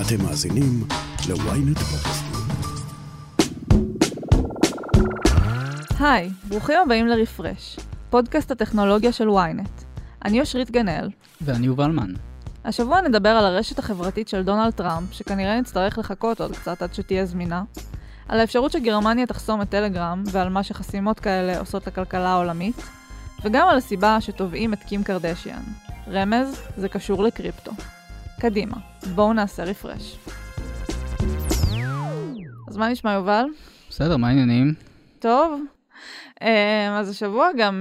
אתם מאזינים ל-ynet פודקאסט. היי, ברוכים הבאים לרפרש, פודקאסט הטכנולוגיה של ynet. אני אושרית גנאל. ואני יובל מן. השבוע נדבר על הרשת החברתית של דונלד טראמפ, שכנראה נצטרך לחכות עוד קצת עד שתהיה זמינה, על האפשרות שגרמניה תחסום את טלגרם ועל מה שחסימות כאלה עושות לכלכלה העולמית, וגם על הסיבה שתובעים את קים קרדשיאן. רמז, זה קשור לקריפטו. קדימה, בואו נעשה רפרש. אז מה נשמע יובל? בסדר, מה העניינים? טוב. אז השבוע גם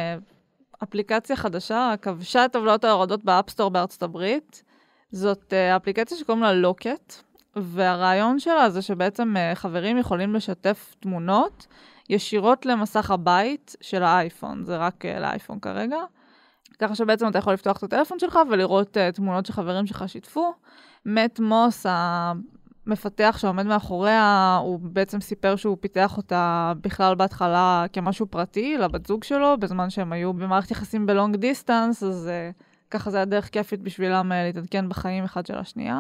אפליקציה חדשה, כבשה את טבלאות ההורדות באפסטור בארצות הברית. זאת אפליקציה שקוראים לה לוקט, והרעיון שלה זה שבעצם חברים יכולים לשתף תמונות ישירות למסך הבית של האייפון. זה רק לאייפון כרגע. ככה שבעצם אתה יכול לפתוח את הטלפון שלך ולראות תמונות שחברים שלך שיתפו. מאט מוס, המפתח שעומד מאחוריה, הוא בעצם סיפר שהוא פיתח אותה בכלל בהתחלה כמשהו פרטי לבת זוג שלו, בזמן שהם היו במערכת יחסים בלונג דיסטנס, אז ככה זה היה דרך כיפית בשבילם להתעדכן בחיים אחד של השנייה.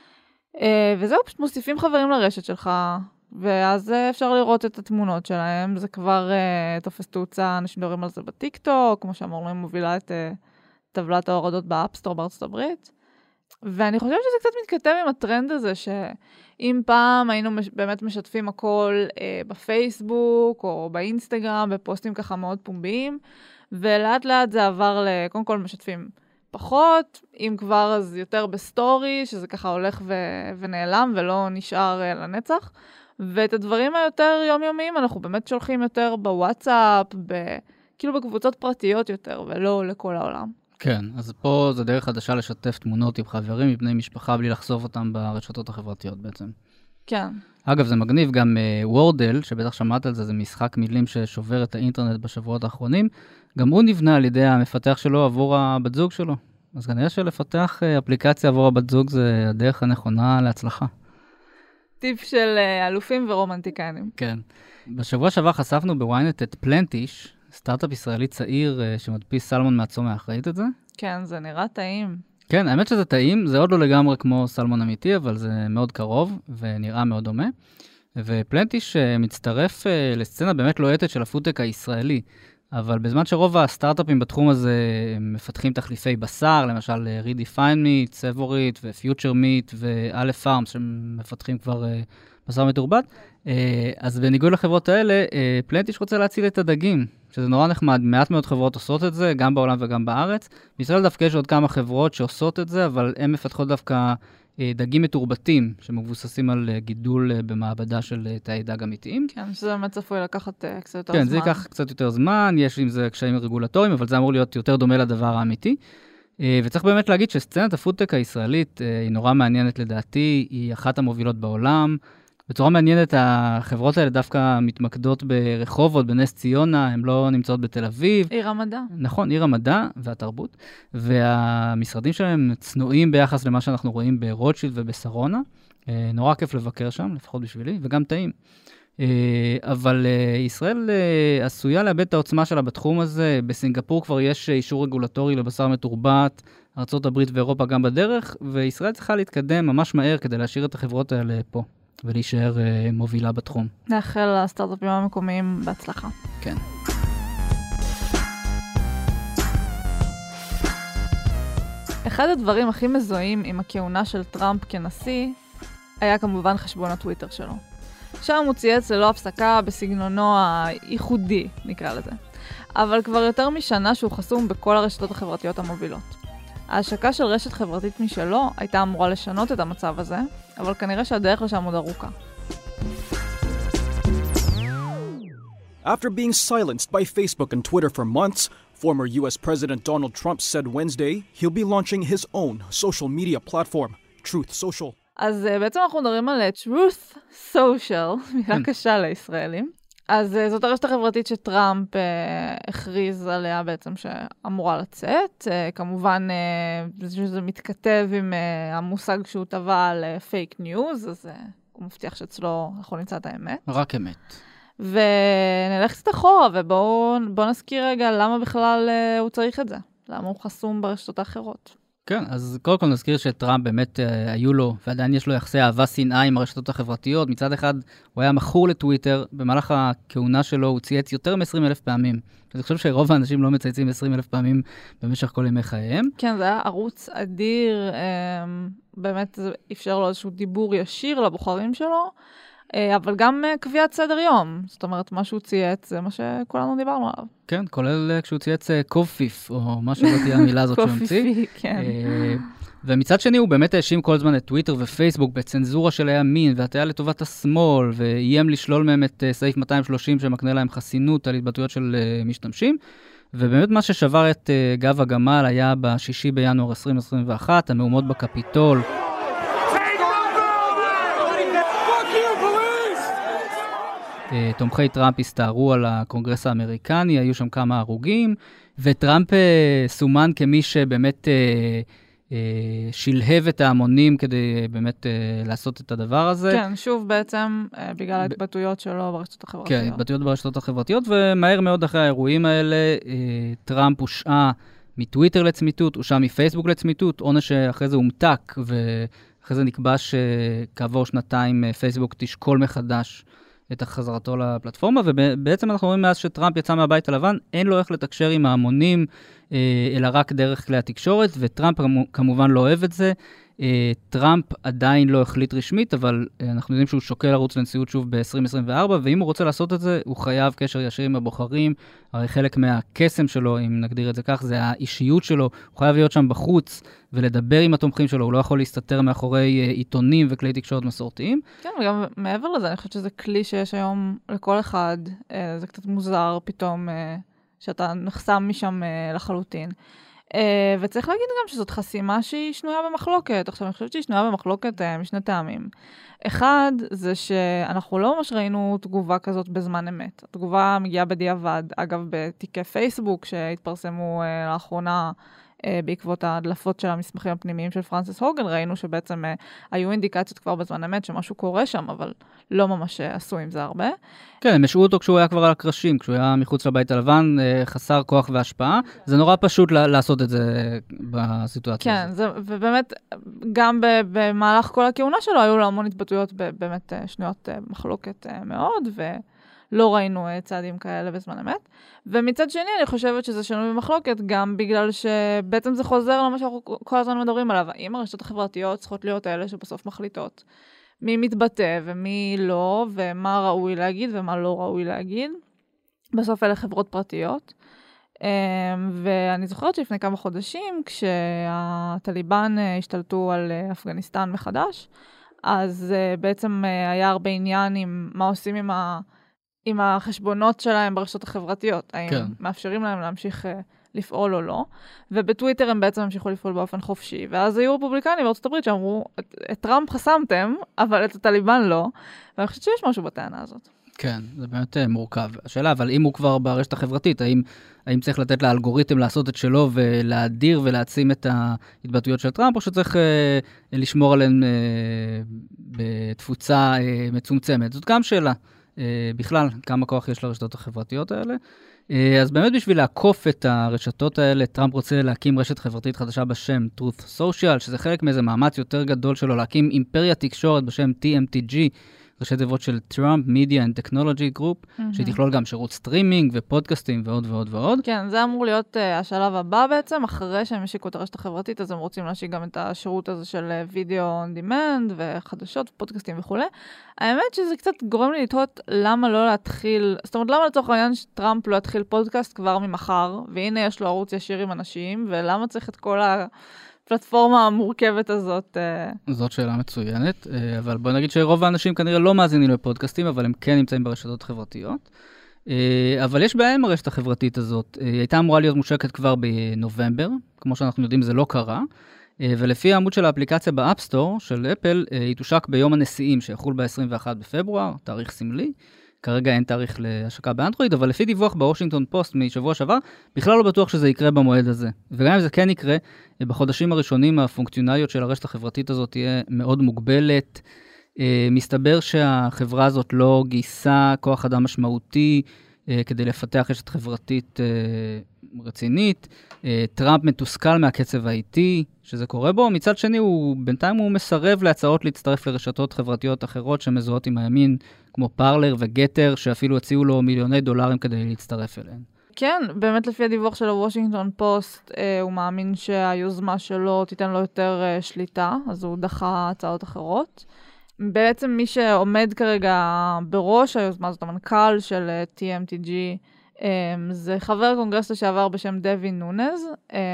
וזהו, פשוט מוסיפים חברים לרשת שלך, ואז אפשר לראות את התמונות שלהם. זה כבר תופס תאוצה, אנשים מדברים על זה בטיקטוק, כמו שאמרנו, מובילה את טבלת ההורדות באפסטור בארצות הברית. ואני חושבת שזה קצת מתכתב עם הטרנד הזה, שאם פעם היינו באמת משתפים הכל בפייסבוק או באינסטגרם, בפוסטים ככה מאוד פומביים, ולאט לאט זה עבר קודם כל משתפים פחות, אם כבר אז יותר בסטורי, שזה ככה הולך ונעלם ולא נשאר לנצח. ואת הדברים היותר יומיומיים אנחנו באמת שולחים יותר בוואטסאפ, כאילו בקבוצות פרטיות יותר, ולא לכל העולם. כן, אז פה זה דרך חדשה לשתף תמונות עם חברים, עם בני משפחה, בלי לחשוף אותם ברשתות החברתיות בעצם. כן. אגב, זה מגניב, גם וורדל, שבטח שמעת על זה, זה משחק מילים ששובר את האינטרנט בשבועות האחרונים, גם הוא נבנה על ידי המפתח שלו עבור הבת זוג שלו. אז כנראה שלפתח אפליקציה עבור הבת זוג זה הדרך הנכונה להצלחה. טיפ של אלופים ורומנטיקנים. כן. בשבוע שעבר חשפנו בוויינט את פלנטיש, סטארט-אפ ישראלי צעיר שמדפיס סלמון מהצומח. ראית את זה? כן, זה נראה טעים. כן, האמת שזה טעים, זה עוד לא לגמרי כמו סלמון אמיתי, אבל זה מאוד קרוב ונראה מאוד דומה. ופלנטיש מצטרף לסצנה באמת לוהטת של הפודטק הישראלי, אבל בזמן שרוב הסטארט-אפים בתחום הזה מפתחים תחליפי בשר, למשל Redefine Meat, Savorit ו-Future Meat ו-Aleph Farms שמפתחים כבר בשר מתורבת, אז בניגוד לחברות האלה, פלנטיש רוצה להציל את הדגים, שזה נורא נחמד, מעט מאוד חברות עושות את זה, גם בעולם וגם בארץ. בישראל דווקא יש עוד כמה חברות שעושות את זה, אבל הן מפתחות דווקא דגים מתורבתים, שמבוססים על גידול במעבדה של תאי דג אמיתיים. כן, שזה באמת צפוי לקחת קצת יותר זמן. כן, זה ייקח קצת יותר זמן, יש עם זה קשיים רגולטוריים, אבל זה אמור להיות יותר דומה לדבר האמיתי. וצריך באמת להגיד שסצנת הפודטק הישראלית היא נורא מעניינת לדעתי, היא אחת המובילות בעולם. בצורה מעניינת, החברות האלה דווקא מתמקדות ברחובות, בנס ציונה, הן לא נמצאות בתל אביב. עיר המדע. נכון, עיר המדע והתרבות, והמשרדים שלהם צנועים ביחס למה שאנחנו רואים ברוטשילד ובשרונה. נורא כיף לבקר שם, לפחות בשבילי, וגם טעים. אבל ישראל עשויה לאבד את העוצמה שלה בתחום הזה. בסינגפור כבר יש אישור רגולטורי לבשר מתורבת, ארצות הברית ואירופה גם בדרך, וישראל צריכה להתקדם ממש מהר כדי להשאיר את החברות האלה פה. ולהישאר מובילה בתחום. נאחל לסטארט-אפים המקומיים בהצלחה. כן. אחד הדברים הכי מזוהים עם הכהונה של טראמפ כנשיא, היה כמובן חשבון הטוויטר שלו. שם הוא צייץ ללא הפסקה בסגנונו הייחודי, נקרא לזה. אבל כבר יותר משנה שהוא חסום בכל הרשתות החברתיות המובילות. ההשקה של רשת חברתית משלו הייתה אמורה לשנות את המצב הזה, אבל כנראה שהדרך לשם עוד ארוכה. After being silenced by Facebook and Twitter for months, former US President Donald Trump said Wednesday he'll be launching his own social media platform, Truth Social. אז בעצם אנחנו מדברים על Truth Social, מילה קשה לישראלים. אז זאת הרשת החברתית שטראמפ הכריז עליה בעצם שאמורה לצאת. כמובן שזה מתכתב עם המושג שהוא טבע על פייק ניוז, אז הוא מבטיח שאצלו אנחנו נמצא את האמת. רק אמת. ונלך קצת אחורה, ובואו נזכיר רגע למה בכלל הוא צריך את זה. למה הוא חסום ברשתות האחרות. כן, אז קודם כל נזכיר שטראמפ באמת היו לו, ועדיין יש לו יחסי אהבה שנאה עם הרשתות החברתיות. מצד אחד, הוא היה מכור לטוויטר, במהלך הכהונה שלו הוא צייץ יותר מ-20,000 פעמים. אז אני חושב שרוב האנשים לא מצייצים 20,000 פעמים במשך כל ימי חייהם. כן, זה היה ערוץ אדיר, באמת זה אפשר לו איזשהו דיבור ישיר לבוחרים שלו, אבל גם קביעת סדר יום. זאת אומרת, מה שהוא צייץ, זה מה שכולנו דיברנו עליו. כן, כולל כשהוא צייץ קופיף, או מה שלא תהיה המילה הזאת שהוא המציא. קופיפי, כן. ומצד שני הוא באמת האשים כל הזמן את טוויטר ופייסבוק בצנזורה של הימין, והטעיה לטובת השמאל, ואיים לשלול מהם את סעיף 230 שמקנה להם חסינות על התבטאויות של משתמשים. ובאמת מה ששבר את גב הגמל היה ב6 בינואר 2021, המהומות בקפיטול. תומכי טראמפ הסתערו על הקונגרס האמריקני, היו שם כמה הרוגים, וטראמפ סומן כמי שבאמת שלהב את ההמונים כדי באמת לעשות את הדבר הזה. כן, שוב בעצם בגלל ההתבטאויות שלו ברשתות החברתיות. כן, התבטאויות ברשתות החברתיות, ומהר מאוד אחרי האירועים האלה, טראמפ הושעה מטוויטר לצמיתות, הושעה מפייסבוק לצמיתות, עונש שאחרי זה הומתק, ואחרי זה נקבע שכעבור שנתיים פייסבוק תשקול מחדש את החזרתו לפלטפורמה, ובעצם אנחנו רואים מאז שטראמפ יצא מהבית הלבן, אין לו איך לתקשר עם ההמונים, אלא רק דרך כלי התקשורת, וטראמפ כמובן לא אוהב את זה. טראמפ עדיין לא החליט רשמית, אבל אנחנו יודעים שהוא שוקל לרוץ לנשיאות שוב ב-2024, ואם הוא רוצה לעשות את זה, הוא חייב קשר ישיר עם הבוחרים, הרי חלק מהקסם שלו, אם נגדיר את זה כך, זה האישיות שלו, הוא חייב להיות שם בחוץ, ולדבר עם התומכים שלו, הוא לא יכול להסתתר מאחורי עיתונים וכלי תקשורת מסורתיים. כן, וגם מעבר לזה, אני חושבת שזה כלי שיש היום לכל אחד, זה קצת מוזר פתאום, שאתה נחסם משם לחלוטין. וצריך להגיד גם שזאת חסימה שהיא שנויה במחלוקת. עכשיו, אני חושבת שהיא שנויה במחלוקת משני טעמים. אחד, זה שאנחנו לא ממש ראינו תגובה כזאת בזמן אמת. התגובה מגיעה בדיעבד. אגב, בתיקי פייסבוק שהתפרסמו לאחרונה בעקבות ההדלפות של המסמכים הפנימיים של פרנסיס הוגן, ראינו שבעצם היו אינדיקציות כבר בזמן אמת שמשהו קורה שם, אבל לא ממש עשו עם זה הרבה. כן, הם השעו אותו כשהוא היה כבר על הקרשים, כשהוא היה מחוץ לבית הלבן, חסר כוח והשפעה. זה נורא פשוט לעשות את זה בסיטואציה כן, הזאת. ובאמת, גם במהלך כל הכהונה שלו, היו לו המון התבטאויות באמת שנויות מחלוקת מאוד, לא ראינו צעדים כאלה בזמן אמת. ומצד שני, אני חושבת שזה שנוי במחלוקת, גם בגלל שבעצם זה חוזר למה שאנחנו כל הזמן מדברים עליו. האם הרשתות החברתיות צריכות להיות אלה שבסוף מחליטות מי מתבטא ומי לא, ומה ראוי להגיד ומה לא ראוי להגיד. בסוף אלה חברות פרטיות. ואני זוכרת שלפני כמה חודשים, כשהטליבן השתלטו על אפגניסטן מחדש, אז בעצם היה הרבה עניין עם מה עושים עם החשבונות שלהם ברשתות החברתיות. האם כן. מאפשרים להם להמשיך לפעול או לא. ובטוויטר הם בעצם המשיכו לפעול באופן חופשי. ואז היו רפובליקנים בארצות הברית שאמרו, את טראמפ חסמתם, אבל את הטליבן לא. ואני חושבת שיש משהו בטענה הזאת. כן, זה באמת מורכב. השאלה, אבל אם הוא כבר ברשת החברתית, האם צריך לתת לאלגוריתם לעשות את שלו ולהדיר ולהעצים את ההתבטאויות של טראמפ, או שצריך לשמור עליהן בתפוצה מצומצמת? זאת גם שאלה. בכלל, כמה כוח יש לרשתות החברתיות האלה. אז באמת בשביל לעקוף את הרשתות האלה, טראמפ רוצה להקים רשת חברתית חדשה בשם Truth Social, שזה חלק מאיזה מאמץ יותר גדול שלו, להקים אימפריה תקשורת בשם TMTG, ראשי תיבות של Trump Media and Technology Group, שתכלול גם שירות סטרימינג ופודקאסטים ועוד ועוד ועוד. כן, זה אמור להיות השלב הבא בעצם, אחרי שהם השיקו את הרשת החברתית, אז הם רוצים להשיק גם את השירות הזה של וידאו on demand וחדשות, פודקאסטים וכו'. האמת שזה קצת גורם לי לתהות למה לא להתחיל, זאת אומרת, למה לצורך העניין שטראמפ לא יתחיל פודקאסט כבר ממחר, והנה יש לו ערוץ ישיר עם אנשים, ולמה צריך את כל הפלטפורמה המורכבת הזאת? זאת שאלה מצוינת, אבל בוא נגיד שרוב האנשים כנראה לא מאזינים לפודקאסטים, אבל הם כן נמצאים ברשתות חברתיות. אבל יש בעיה עם הרשת החברתית הזאת. היא הייתה אמורה להיות מושקת כבר בנובמבר, כמו שאנחנו יודעים זה לא קרה, ולפי העמוד של האפליקציה באפסטור של אפל, היא תושק ביום הנשיאים שיחול ב-21 בפברואר, תאריך סמלי. כרגע אין תאריך להשקה באנדרואיד, אבל לפי דיווח בוושינגטון פוסט משבוע שעבר, בכלל לא בטוח שזה יקרה במועד הזה. וגם אם זה כן יקרה, בחודשים הראשונים הפונקציונליות של הרשת החברתית הזאת תהיה מאוד מוגבלת. מסתבר שהחברה הזאת לא גייסה כוח אדם משמעותי כדי לפתח רשת חברתית רצינית. טראמפ מתוסכל מהקצב האיטי שזה קורה בו. מצד שני, בינתיים הוא מסרב להצעות להצטרף לרשתות חברתיות אחרות שמזוהות עם הימין, כמו פרלר וגטר, שאפילו הציעו לו מיליוני דולרים כדי להצטרף אליהן. כן, באמת לפי הדיווח של הוושינגטון פוסט, הוא מאמין שהיוזמה שלו תיתן לו יותר שליטה, אז הוא דחה הצעות אחרות. בעצם מי שעומד כרגע בראש היוזמה, זאת המנכ"ל של TMTG, זה חבר קונגרס לשעבר בשם דווי נונז,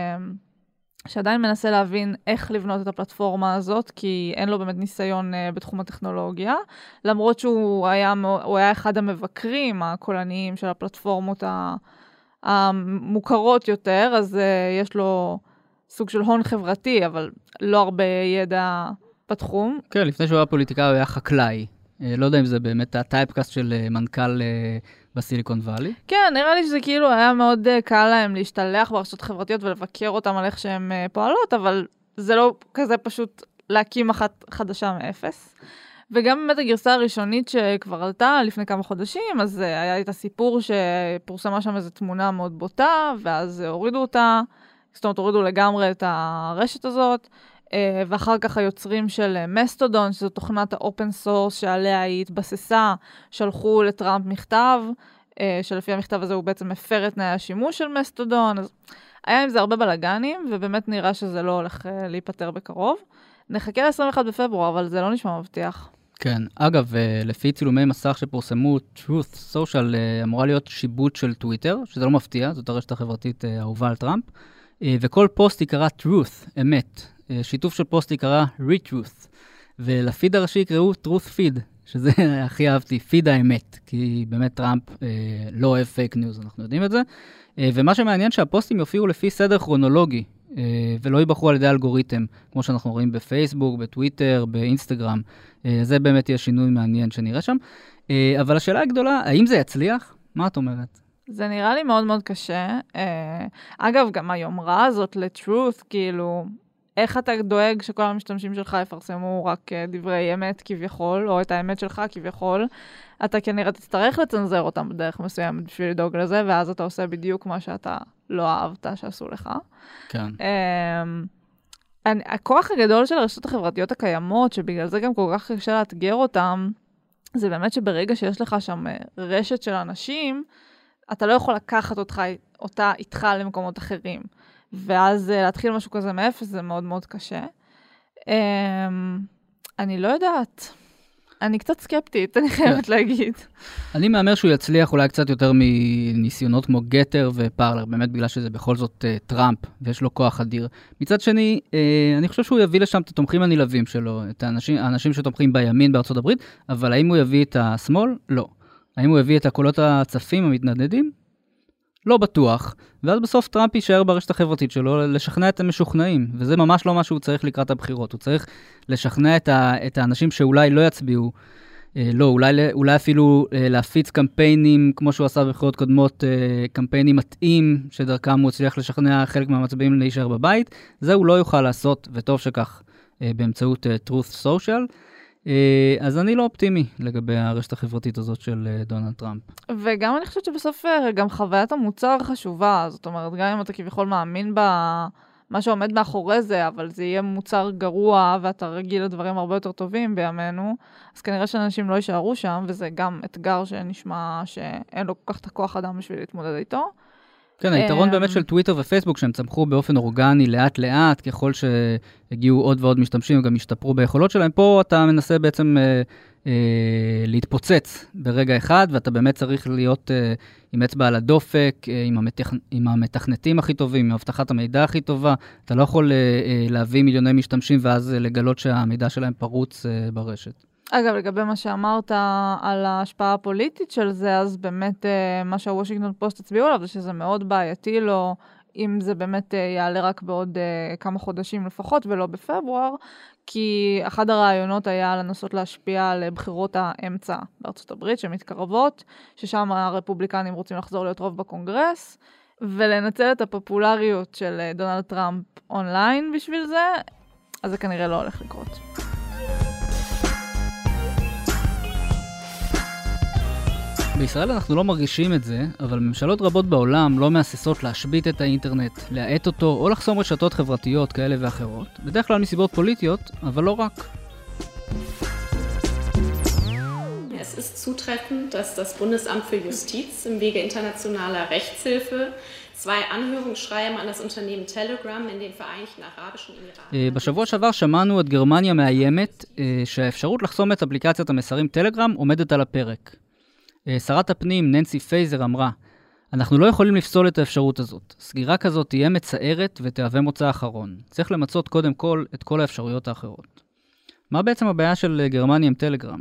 שעדיין מנסה להבין איך לבנות את הפלטפורמה הזאת, כי אין לו באמת ניסיון בתחום הטכנולוגיה, למרות שהוא היה אחד המבקרים הקולניים של הפלטפורמות המוכרות יותר, אז יש לו סוג של הון חברתי, אבל לא הרבה ידע בתחום. כן, לפני שהוא היה פוליטיקאי, הוא היה חקלאי. לא יודע אם זה באמת הטייפקאסט של מנכ"ל בסיליקון ואלי. כן, נראה לי שזה כאילו היה מאוד קל להם להשתלח ברשתות חברתיות ולבקר אותם על איך שהן פועלות, אבל זה לא כזה פשוט להקים אחת חדשה מאפס. וגם באמת הגרסה הראשונית שכבר עלתה לפני כמה חודשים, אז היה את הסיפור שפורסמה שם איזו תמונה מאוד בוטה, ואז הורידו אותה, זאת אומרת, הורידו לגמרי את הרשת הזאת, ואחר כך היוצרים של מסטודון, שזו תוכנת האופן סורס שעליה היא התבססה, שלחו לטראמפ מכתב, שלפי המכתב הזה הוא בעצם מפר את תנאי השימוש של מסטודון, אז היה עם זה הרבה בלגנים, ובאמת נראה שזה לא הולך להיפטר בקרוב. נחכה ל-21 בפברואר, אבל זה לא נשמע מבטיח. כן, אגב, לפי צילומי מסך שפורסמו, Truth Social אמורה להיות שיבוט של טוויטר, שזה לא מפתיע, זאת הרשת החברתית האהובה על טראמפ, וכל פוסט יקרא Truth, אמת. שיתוף של פוסט יקרא Retruth, ולפיד הראשי יקראו Truth Feed, שזה הכי אהבתי, פיד האמת, כי באמת טראמפ לא אוהב פייק ניוז, אנחנו יודעים את זה, ומה שמעניין שהפוסטים יופיעו לפי סדר כרונולוגי, ולא ייבחרו על ידי אלגוריתם, כמו שאנחנו רואים בפייסבוק, בטוויטר, באינסטגרם, זה באמת יהיה שינוי מעניין שנראה שם, אבל השאלה הגדולה, האם זה יצליח? מה את אומרת? זה נראה לי מאוד מאוד קשה. אגב, גם היומרה הזאת ל-Truth, כאילו, איך אתה דואג שכל המשתמשים שלך יפרסמו רק דברי אמת כביכול, או את האמת שלך כביכול, אתה כנראה תצטרך לצנזר אותם בדרך מסוימת בשביל לדאוג לזה, ואז אתה עושה בדיוק מה שאתה לא אהבת שעשו לך. כן. הכוח הגדול של הרשתות החברתיות הקיימות, שבגלל זה גם כל כך קשה לאתגר אותם, זה באמת שברגע שיש לך שם רשת של אנשים, אתה לא יכול לקחת אותה איתך למקומות אחרים. ואז להתחיל משהו כזה מאפס, זה מאוד מאוד קשה. אני לא יודעת. אני קצת סקפטית, אני חייבת להגיד. אני מאמר שהוא יצליח אולי קצת יותר מניסיונות כמו גטר ופרלר, באמת בגלל שזה בכל זאת טראמפ, ויש לו כוח אדיר. מצד שני, אני חושב שהוא יביא לשם את התומכים הנלהבים שלו, את האנשים שתומכים בימין בארצות הברית, אבל האם הוא יביא את השמאל? לא. האם הוא יביא את הקולות הצפים המתנדדים? לא בטוח, ואז בסוף טראמפ יישאר ברשת החברתית שלו לשכנע את המשוכנעים, וזה ממש לא מה שהוא צריך לקראת הבחירות, הוא צריך לשכנע את האנשים שאולי לא יצביעו, אולי אפילו להפיץ קמפיינים, כמו שהוא עשה בבחירות קודמות, קמפיינים מתאים, שדרכם הוא הצליח לשכנע חלק מהמצביעים להישאר בבית, זה הוא לא יוכל לעשות, וטוב שכך, באמצעות Truth Social, אז אני לא אופטימי לגבי הרשת החברתית הזאת של דונלד טראמפ. וגם אני חושבת שבסוף גם חוויית המוצר חשובה, זאת אומרת, גם אם אתה כביכול מאמין במה שעומד מאחורי זה, אבל זה יהיה מוצר גרוע, ואתה רגיל לדברים הרבה יותר טובים בימינו, אז כנראה שאנשים לא יישארו שם, וזה גם אתגר שנשמע שאין לו כל כך את הכוח אדם בשביל להתמודד איתו. כן, היתרון באמת של טוויטר ופייסבוק, שהם צמחו באופן אורגני לאט לאט, ככל שהגיעו עוד ועוד משתמשים, וגם השתפרו ביכולות שלהם. פה אתה מנסה בעצם להתפוצץ ברגע אחד, ואתה באמת צריך להיות עם אצבע על הדופק, עם המתכנתים הכי טובים, עם הבטחת המידע הכי טובה. אתה לא יכול להביא מיליוני משתמשים, ואז לגלות שהמידע שלהם פרוץ ברשת. אגב, לגבי מה שאמרת על ההשפעה הפוליטית של זה, אז באמת מה שהוושינגטון פוסט הצביעו עליו, זה שזה מאוד בעייתי לו, אם זה באמת יעלה רק בעוד כמה חודשים לפחות, ולא בפברואר, כי אחד הרעיונות היה לנסות להשפיע על בחירות האמצע בארצות הברית, שמתקרבות, ששם הרפובליקנים רוצים לחזור להיות רוב בקונגרס, ולנצל את הפופולריות של דונלד טראמפ אונליין בשביל זה, אז זה כנראה לא הולך לקרות. בישראל אנחנו לא מרגישים את זה, אבל ממשלות רבות בעולם לא מהססות להשבית את האינטרנט, להאט אותו או לחסום רשתות חברתיות כאלה ואחרות, בדרך כלל מסיבות פוליטיות, אבל לא רק. Es ist zutreffend, dass das Bundesamt für Justiz im Wege internationaler Rechtshilfe 2 Anhörungsschreiben an das Unternehmen Telegram in den Vereinigten Arabischen Emiraten. בשבוע שעבר שמענו את גרמניה מאיימת שהאפשרות לחסום את אפליקציית המסרים טלגרם עומדת על הפרק. שרת הפנים ננסי פייזר אמרה, אנחנו לא יכולים לפסול את האפשרות הזאת. סגירה כזאת תהיה מצערת ותהווה מוצא אחרון. צריך למצות קודם כל את כל האפשרויות האחרות. מה בעצם הבעיה של גרמניה עם טלגרם?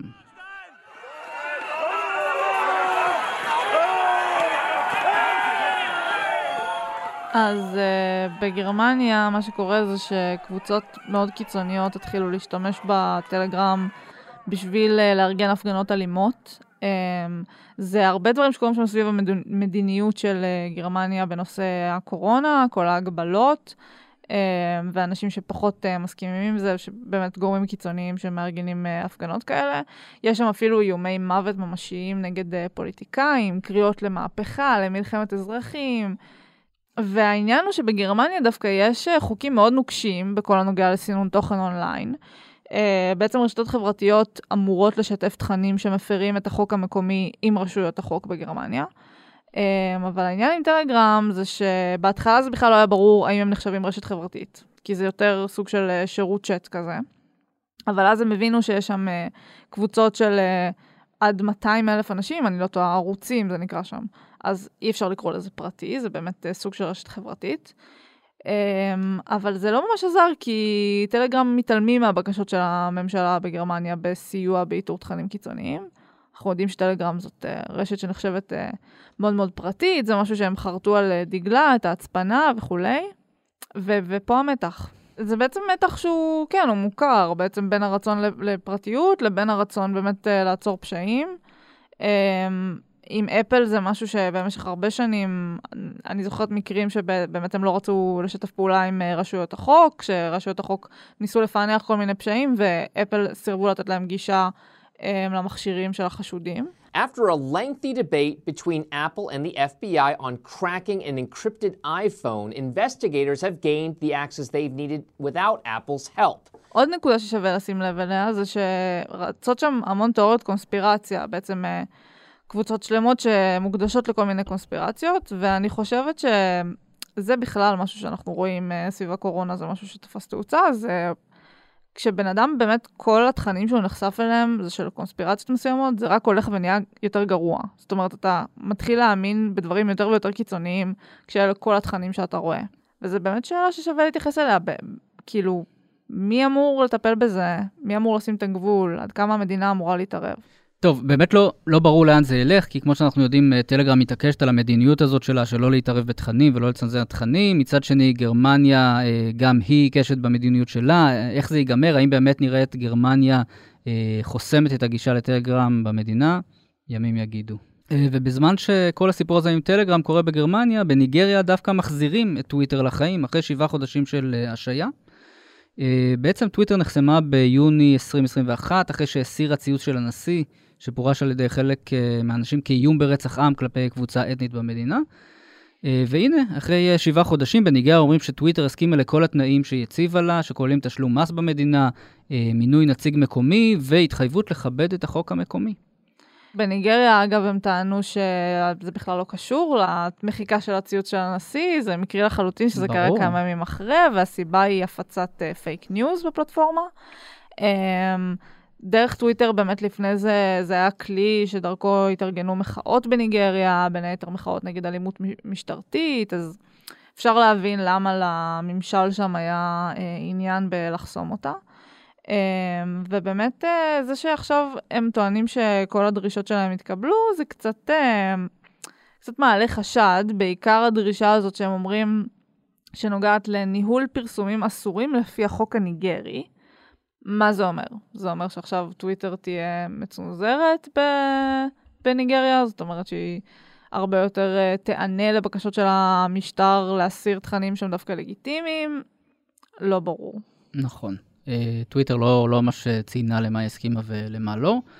אז בגרמניה מה שקורה זה שקבוצות מאוד קיצוניות התחילו להשתמש בטלגרם בשביל לארגן הפגנות אלימות. זה הרבה דברים שקוראים שם סביב המדיניות של גרמניה בנושא הקורונה, כל ההגבלות, ואנשים שפחות מסכימים עם זה, שבאמת גורמים קיצוניים שמארגנים הפגנות כאלה. יש שם אפילו איומי מוות ממשיים נגד פוליטיקאים, קריאות למהפכה, למלחמת אזרחים. והעניין הוא שבגרמניה דווקא יש חוקים מאוד נוקשים בכל הנוגע לסינון תוכן אונליין. בעצם רשתות חברתיות אמורות לשתף תכנים שמפרים את החוק המקומי עם רשויות החוק בגרמניה. אבל העניין עם טלגרם זה שבהתחלה זה בכלל לא היה ברור האם הם נחשבים רשת חברתית, כי זה יותר סוג של שירות צ'אט כזה. אבל אז הם הבינו שיש שם קבוצות של עד 200,000 אנשים, אני לא טועה, ערוצים זה נקרא שם. אז אי אפשר לקרוא לזה פרטי, זה באמת סוג של רשת חברתית. אבל זה לא ממש עזר, כי טלגרם מתעלמים מהבקשות של הממשלה בגרמניה בסיוע באיתור תכנים קיצוניים. אנחנו יודעים שטלגרם זאת רשת שנחשבת מאוד מאוד פרטית, זה משהו שהם חרטו על דגלה, את ההצפנה וכו'. ופה המתח. זה בעצם מתח שהוא, כן, הוא מוכר, בעצם בין הרצון לפרטיות, לבין הרצון באמת לעצור פשעים. עם אפל זה משהו שבמשך הרבה שנים, אני זוכרת מקרים שבאמת הם לא רצו לשתף פעולה עם רשויות החוק, שרשויות החוק ניסו לפענח כל מיני פשעים, ואפל סירבו לתת להם גישה למכשירים של החשודים. After a lengthy debate between Apple and the FBI on cracking an encrypted iPhone, investigators have gained the access they've needed without Apple's help. עוד נקודה ששווה לשים לב אליה, זה שרצות שם המון תיאוריות קונספירציה, בעצם קבוצות שלמות שמוקדשות לכל מיני קונספירציות, ואני חושבת שזה בכלל משהו שאנחנו רואים סביב הקורונה, זה משהו שתפס תאוצה, זה כשבן אדם באמת כל התכנים שהוא נחשף אליהם, זה של קונספירציות מסוימות, זה רק הולך ונהיה יותר גרוע. זאת אומרת, אתה מתחיל להאמין בדברים יותר ויותר קיצוניים, כשאלה כל התכנים שאתה רואה. וזה באמת שאלה ששווה להתייחס אליה, כאילו, מי אמור לטפל בזה? מי אמור לשים את הגבול? עד כמה המדינה אמורה להתערב? טוב, באמת לא ברור לאן זה ילך, כי כמו שאנחנו יודעים, טלגרם מתעקשת על המדיניות הזאת שלה, שלא להתערב בתכנים ולא לצנזר תכנים. מצד שני, גרמניה גם היא קשת במדיניות שלה. איך זה ייגמר? האם באמת נראית גרמניה חוסמת את הגישה לטלגרם במדינה? ימים יגידו. ובזמן שכל הסיפור הזה עם טלגרם קורה בגרמניה, בניגריה דווקא מחזירים את טוויטר לחיים, אחרי 7 חודשים של השעיה. בעצם טוויטר נחסמה ביוני 2021, אחרי שהסירה ציוץ של הנשיא, שפורש על ידי חלק מהאנשים כאיום ברצח עם כלפי קבוצה אתנית במדינה. והנה, אחרי 7 חודשים בניגריה אומרים שטוויטר הסכימה לכל התנאים שיציבה לה, שכוללים תשלום מס במדינה, מינוי נציג מקומי והתחייבות לכבד את החוק המקומי. בניגריה, אגב, הם טענו שזה בכלל לא קשור למחיקה של הציוץ של הנשיא, זה מקרי לחלוטין שזה קרה כמה ימים אחרי, והסיבה היא הפצת פייק ניוז בפלטפורמה. דרך טוויטר באמת לפני זה היה כלי שדרכו התארגנו מחאות בניגריה, בין היתר מחאות נגד אלימות משטרתית, אז אפשר להבין למה לממשל שם היה עניין בלחסום אותה. ובאמת זה שעכשיו הם טוענים שכל הדרישות שלהם התקבלו, זה קצת מעלה חשד, בעיקר הדרישה הזאת שהם אומרים שנוגעת לניהול פרסומים אסורים לפי החוק הניגרי. מה זה אומר? זה אומר שעכשיו טוויטר תהיה מצונזרת בניגריה, זאת אומרת שהיא הרבה יותר תענה לבקשות של המשטר להסיר תכנים שהם דווקא לגיטימיים, לא ברור. נכון. טוויטר לא ממש ציינה למה הסכימה ולמה לא.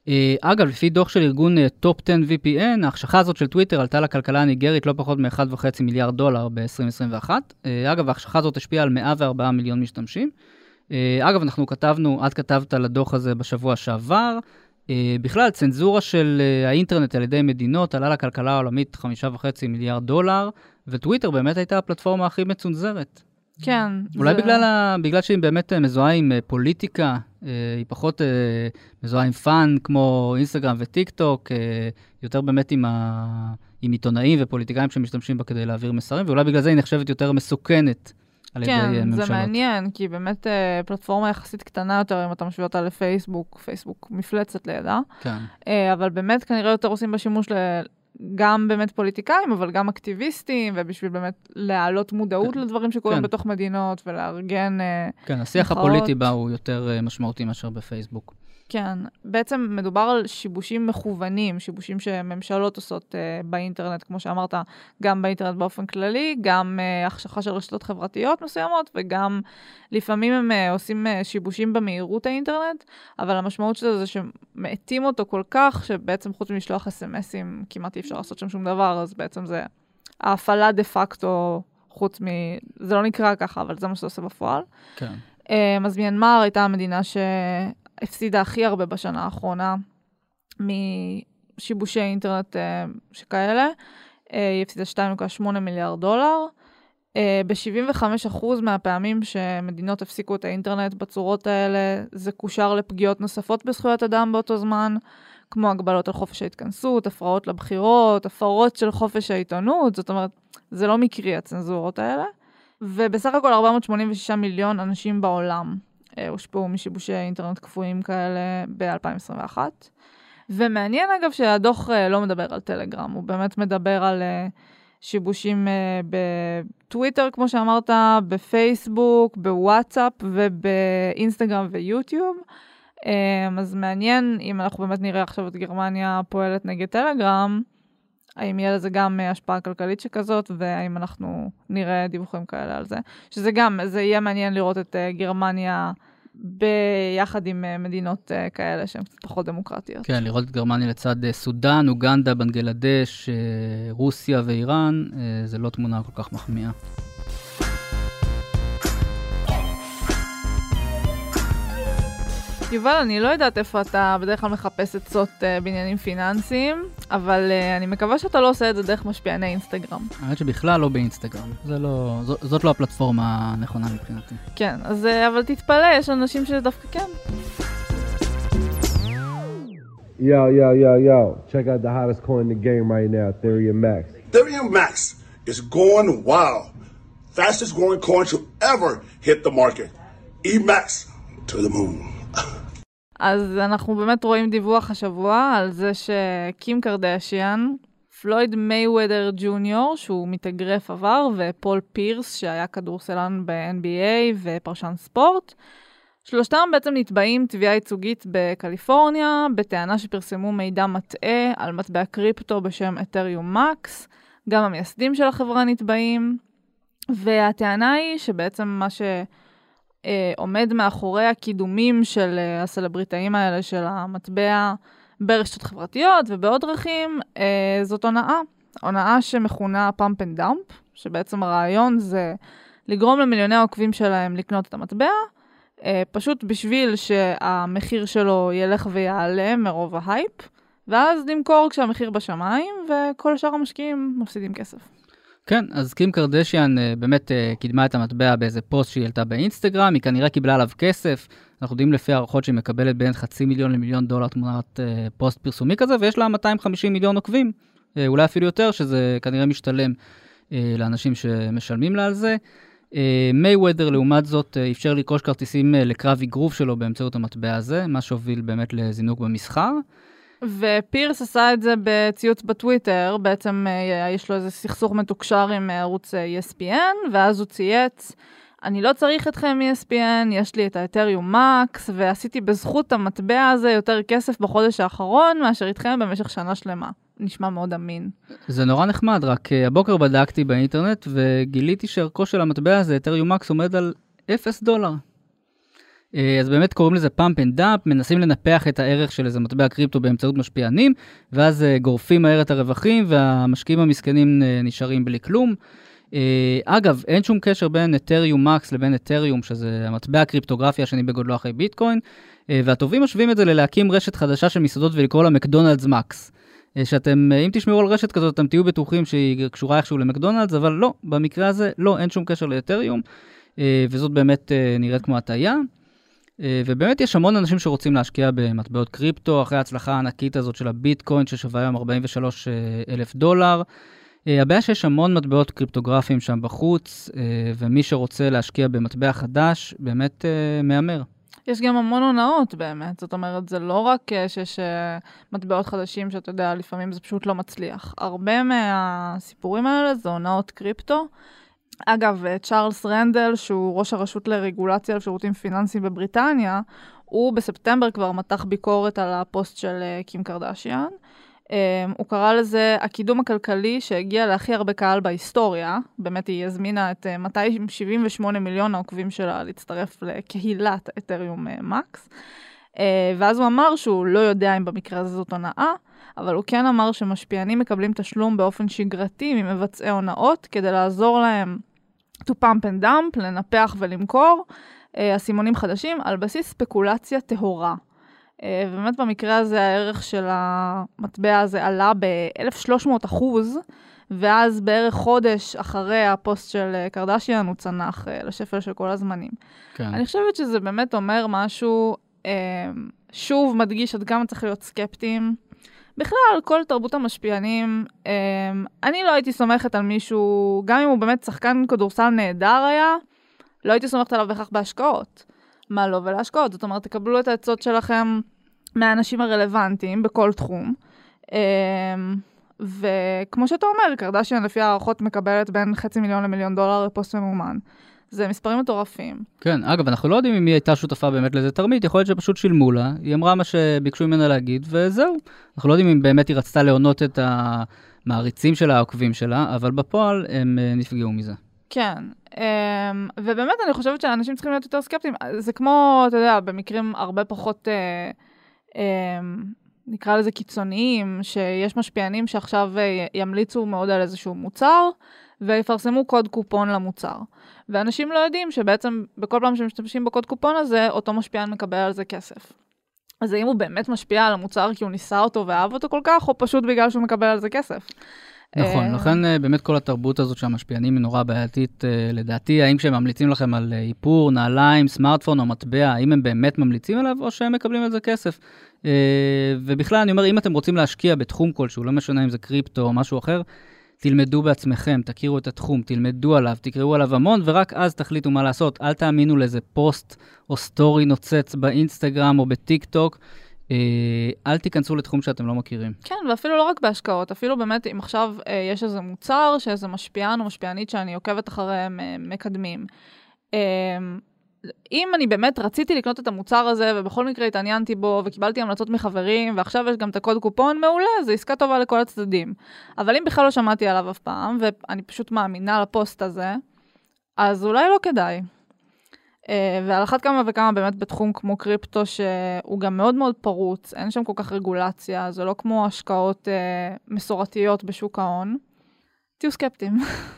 אגב, לפי דוח של ארגון טופ 10 VPN, ההחשכה הזאת של טוויטר עלתה לכלכלה הניגרית לא פחות מ$1.5 מיליארד ב-2021. אגב, ההחשכה הזאת השפיעה על 104 מיליון משתמשים. אגב, את כתבת על הדוח הזה בשבוע שעבר. בכלל, צנזורה של האינטרנט על ידי מדינות עלה לכלכלה העולמית $5.5 מיליארד, וטוויטר באמת הייתה הפלטפורמה הכי מצונזרת. כן. אולי בגלל שהיא באמת מזוהה עם פוליטיקה, היא פחות מזוהה עם פאן כמו אינסטגרם וטיק טוק, יותר באמת עם עיתונאים ופוליטיקאים שמשתמשים בה כדי להעביר מסרים, ואולי בגלל זה היא נחשבת יותר מסוכנת על ידי ממשלות. כן, זה מעניין, כי באמת פלטפורמה יחסית קטנה יותר, אם אתה משווה אותה לפייסבוק, פייסבוק מפלצת לידה. כן. אבל באמת כנראה יותר עושים בשימוש גם באמת פוליטיקאים, אבל גם אקטיביסטים, ובשביל באמת להעלות מודעות לדברים שקורים בתוך מדינות, ולארגן כן, השיח הפוליטי בה הוא יותר משמעותי מאשר בפייסבוק. כן, בעצם מדובר על שיבושים מכוונים, שיבושים שממשלות עושות באינטרנט, כמו שאמרת, גם באינטרנט באופן כללי, גם החשכה של רשתות חברתיות מסוימות, וגם לפעמים הם עושים שיבושים במהירות האינטרנט, אבל המשמעות של זה שמעטים אותו כל כך, שבעצם חוץ מלשלוח SMS'ים, כמעט אי אפשר לעשות שם שום דבר, אז בעצם זה ההפעלה דה פקטו, חוץ זה לא נקרא ככה, אבל זה מה שזה עושה בפועל. כן. אז מיינמר הייתה המדינה הפסידה הכי הרבה בשנה האחרונה משיבושי אינטרנט שכאלה. היא הפסידה $2.8 מיליארד. ב-75% מהפעמים שמדינות הפסיקו את האינטרנט בצורות האלה, זה קושר לפגיעות נוספות בזכויות אדם באותו זמן, כמו הגבלות על חופש ההתכנסות, הפרעות לבחירות, הפרות של חופש העיתונות, זאת אומרת, זה לא מקרי הצנזורות האלה. ובסך הכל 486 מיליון אנשים בעולם הושפעו משיבושי אינטרנט קפואים כאלה ב-2021. ומעניין אגב שהדוח לא מדבר על טלגרם, הוא באמת מדבר על שיבושים בטוויטר, כמו שאמרת, בפייסבוק, בוואטסאפ ובאינסטגרם ויוטיוב. אז מעניין אם אנחנו באמת נראה עכשיו את גרמניה פועלת נגד טלגרם, האם יהיה לזה גם השפעה כלכלית שכזאת, והאם אנחנו נראה דיווחים כאלה על זה. שזה גם, זה יהיה מעניין לראות את גרמניה ביחד עם מדינות כאלה שהן קצת פחות דמוקרטיות. כן, לראות את גרמניה לצד סודן, אוגנדה, בנגלדש, רוסיה ואיראן, זה לא תמונה כל כך מחמיאה. יובל, אני לא יודעת איפה אתה בדרך כלל מחפש עצות בעניינים פיננסיים, אבל אני מקווה שאתה לא עושה את זה דרך משפיעני אינסטגרם. האמת שבכלל לא באינסטגרם. זאת לא הפלטפורמה הנכונה מבחינתי. כן, אז אבל תתפלא, יש אנשים שדווקא כן. Yo. Check out the hottest coin in the game right now, Ethereum Max. Ethereum Max is going wild. Fastest growing coin to ever hit the market. EMAX to the moon. אז אנחנו באמת רואים דיווח השבוע על זה שקים קרדשיאן, פלויד מייוודר ג'וניור, שהוא מתאגרף עבר, ופול פירס, שהיה כדורסלן ב-NBA ופרשן ספורט, שלושתם בעצם נתבעים תביעה ייצוגית בקליפורניה, בטענה שפרסמו מידע מטעה על מטבע קריפטו בשם אתריום מקס, גם המייסדים של החברה נתבעים, והטענה היא שבעצם מה עומד מאחורי הקידומים של הסלבריטאים האלה של המטבע ברשתות חברתיות ובעוד דרכים, זאת הונאה שמכונה פאמפ אנד דאמפ, שבעצם הרעיון זה לגרום למיליוני העוקבים שלהם לקנות את המטבע, פשוט בשביל שהמחיר שלו ילך ויעלה מרוב ההייפ, ואז למכור כשהמחיר בשמיים, וכל שאר המשקיעים מפסידים כסף. כן, אז קים קרדשיאן באמת קידמה את המטבע באיזה פוסט שהיא העלתה באינסטגרם, היא כנראה קיבלה עליו כסף, אנחנו יודעים לפי הערכות שהיא מקבלת בין $500,000 ל$1,000,000 תמונת פוסט פרסומי כזה, ויש לה 250 מיליון עוקבים, אולי אפילו יותר, שזה כנראה משתלם לאנשים שמשלמים לה על זה. מייוודר לעומת זאת אפשר לרכוש כרטיסים לקרב אגרוף שלו באמצעות המטבע הזה, מה שהוביל באמת לזינוק במסחר. ופירס עשה את זה בציוץ בטוויטר, בעצם יש לו איזה סכסוך מתוקשר עם ערוץ ESPN, ואז הוא צייץ, אני לא צריך אתכם ESPN, יש לי את האתריום מקס, ועשיתי בזכות המטבע הזה יותר כסף בחודש האחרון, מאשר איתכם במשך שנה שלמה. נשמע מאוד אמין. זה נורא נחמד, רק הבוקר בדקתי באינטרנט, וגיליתי שערכו של המטבע הזה, אתריום מקס, עומד על $0. אז באמת קוראים לזה pump and dump, מנסים לנפח את הערך של איזה מטבע קריפטו באמצעות משפיענים, ואז גורפים מהר את הרווחים, והמשקיעים המסכנים נשארים בלי כלום. אגב, אין שום קשר בין אתריום מקס לבין אתריום, שזה המטבע הקריפטוגרפי השני בגודלו אחרי ביטקוין, והטובים משווים את זה ללהקים רשת חדשה של מסעדות ולקרוא לה מקדונלדס מקס. שאתם, אם תשמעו על רשת כזאת, אתם תהיו בטוחים שהיא קשורה איכשהו למקדונלדס, אבל לא, במקרה הזה לא, אין שום קשר לאתריום, וזאת באמת נראית כמו הטעיה. ובאמת יש המון אנשים שרוצים להשקיע במטבעות קריפטו, אחרי ההצלחה הענקית הזאת של הביטקוין, ששווה היום $43,000. הבעיה שיש המון מטבעות קריפטוגרפיים שם בחוץ, ומי שרוצה להשקיע במטבע חדש, באמת מאמר. יש גם המון הונאות באמת, זאת אומרת, זה לא רק שיש מטבעות חדשים שאתה יודע, לפעמים זה פשוט לא מצליח. הרבה מהסיפורים האלה זה הונאות קריפטו. אגב, צ'ארלס רנדל, שהוא ראש הרשות לרגולציה לשירותים פיננסיים בבריטניה, הוא בספטמבר כבר מתח ביקורת על הפוסט של קים קרדשיאן. הוא קרא לזה הקידום הכלכלי שהגיע להכי הרבה קהל בהיסטוריה. באמת היא הזמינה את 278 מיליון העוקבים שלה להצטרף לקהילת אתריום מקס. ואז הוא אמר שהוא לא יודע אם במקרה הזה זאת הונאה, אבל הוא כן אמר שמשפיענים מקבלים תשלום באופן שגרתי ממבצעי הונאות, כדי לעזור להם to pump and dump, לנפח ולמכור הסימונים חדשים על בסיס ספקולציה טהורה. ובאמת במקרה הזה הערך של המטבע הזה עלה ב-1,300%, ואז בערך חודש אחרי הפוסט של קרדשיאן הוא צנח לשפל של כל הזמנים. כן. אני חושבת שזה באמת אומר משהו, שוב מדגיש עד כמה צריך להיות סקפטיים. בכלל, כל תרבות המשפיענים, אני לא הייתי סומכת על מישהו, גם אם הוא באמת שחקן כדורסל נהדר היה, לא הייתי סומכת עליו בכך בהשקעות. מה לא ולהשקעות? זאת אומרת, תקבלו את העצות שלכם מהאנשים הרלוונטיים בכל תחום. וכמו שאתה אומר, קרדשיאן לפי הערכות מקבלת בין $500,000 ל$1,000,000 לפוסט ממומן. זה מספרים מטורפים. כן, אגב, אנחנו לא יודעים אם היא הייתה שותפה באמת לזה תרמית, יכול להיות שפשוט שילמו לה, היא אמרה מה שביקשו ממנה להגיד, וזהו. אנחנו לא יודעים אם באמת היא רצתה להונות את המעריצים שלה, העוקבים שלה, אבל בפועל הם נפגעו מזה. כן, ובאמת אני חושבת שאנשים צריכים להיות יותר סקפטיים. זה כמו, אתה יודע, במקרים הרבה פחות, נקרא לזה קיצוניים, שיש משפיענים שעכשיו ימליצו מאוד על איזשהו מוצר, ויפרסמו קוד קופון למוצר. ואנשים לא יודעים שבעצם בכל פעם שמשתמשים בקוד קופון הזה, אותו משפיען מקבל על זה כסף. אז האם הוא באמת משפיע על המוצר כי הוא ניסה אותו ואהב אותו כל כך, או פשוט בגלל שהוא מקבל על זה כסף? נכון, לכן באמת כל התרבות הזאת שהמשפיענים היא נורא בעייתית, לדעתי, האם כשהם ממליצים לכם על איפור, נעליים, סמארטפון או מטבע, האם הם באמת ממליצים עליו או שהם מקבלים על זה כסף? ובכלל אני אומר, אם אתם רוצים להשקיע בתחום כלשהו, לא משנה אם זה קריפטו או משהו אחר, תלמדו בעצמכם, תכירו את התחום, תלמדו עליו, תקראו עליו המון, ורק אז תחליטו מה לעשות. אל תאמינו לאיזה פוסט או סטורי נוצץ באינסטגרם או בטיק טוק, אל תיכנסו לתחום שאתם לא מכירים. כן, ואפילו לא רק בהשקעות, אפילו באמת אם עכשיו יש איזה מוצר, שאיזה משפיען או משפיענית שאני עוקבת אחריהם מקדמים. אם אני באמת רציתי לקנות את המוצר הזה, ובכל מקרה התעניינתי בו, וקיבלתי המלצות מחברים, ועכשיו יש גם את הקוד קופון מעולה, זה עסקה טובה לכל הצדדים. אבל אם בכלל לא שמעתי עליו אף פעם, ואני פשוט מאמינה לפוסט הזה, אז אולי לא כדאי. ועל אחת כמה וכמה באמת בתחום כמו קריפטו, שהוא גם מאוד מאוד פרוץ, אין שם כל כך רגולציה, זה לא כמו השקעות מסורתיות בשוק ההון. תהיו סקפטיים.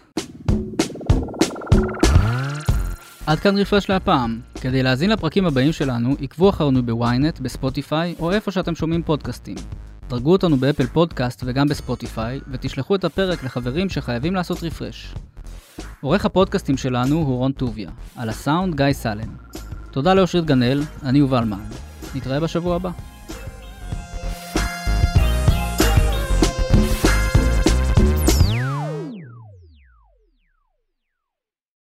עד כאן רפרש להפעם. כדי להזין לפרקים הבאים שלנו, עקבו אחרינו בוויינט, בספוטיפיי, או איפה שאתם שומעים פודקאסטים. דרגו אותנו באפל פודקאסט וגם בספוטיפיי, ותשלחו את הפרק לחברים שחייבים לעשות רפרש. עורך הפודקאסטים שלנו הוא רון טוביה, על הסאונד גיא סלם. תודה לאושרית גנאל, אני יובל מן. נתראה בשבוע הבא.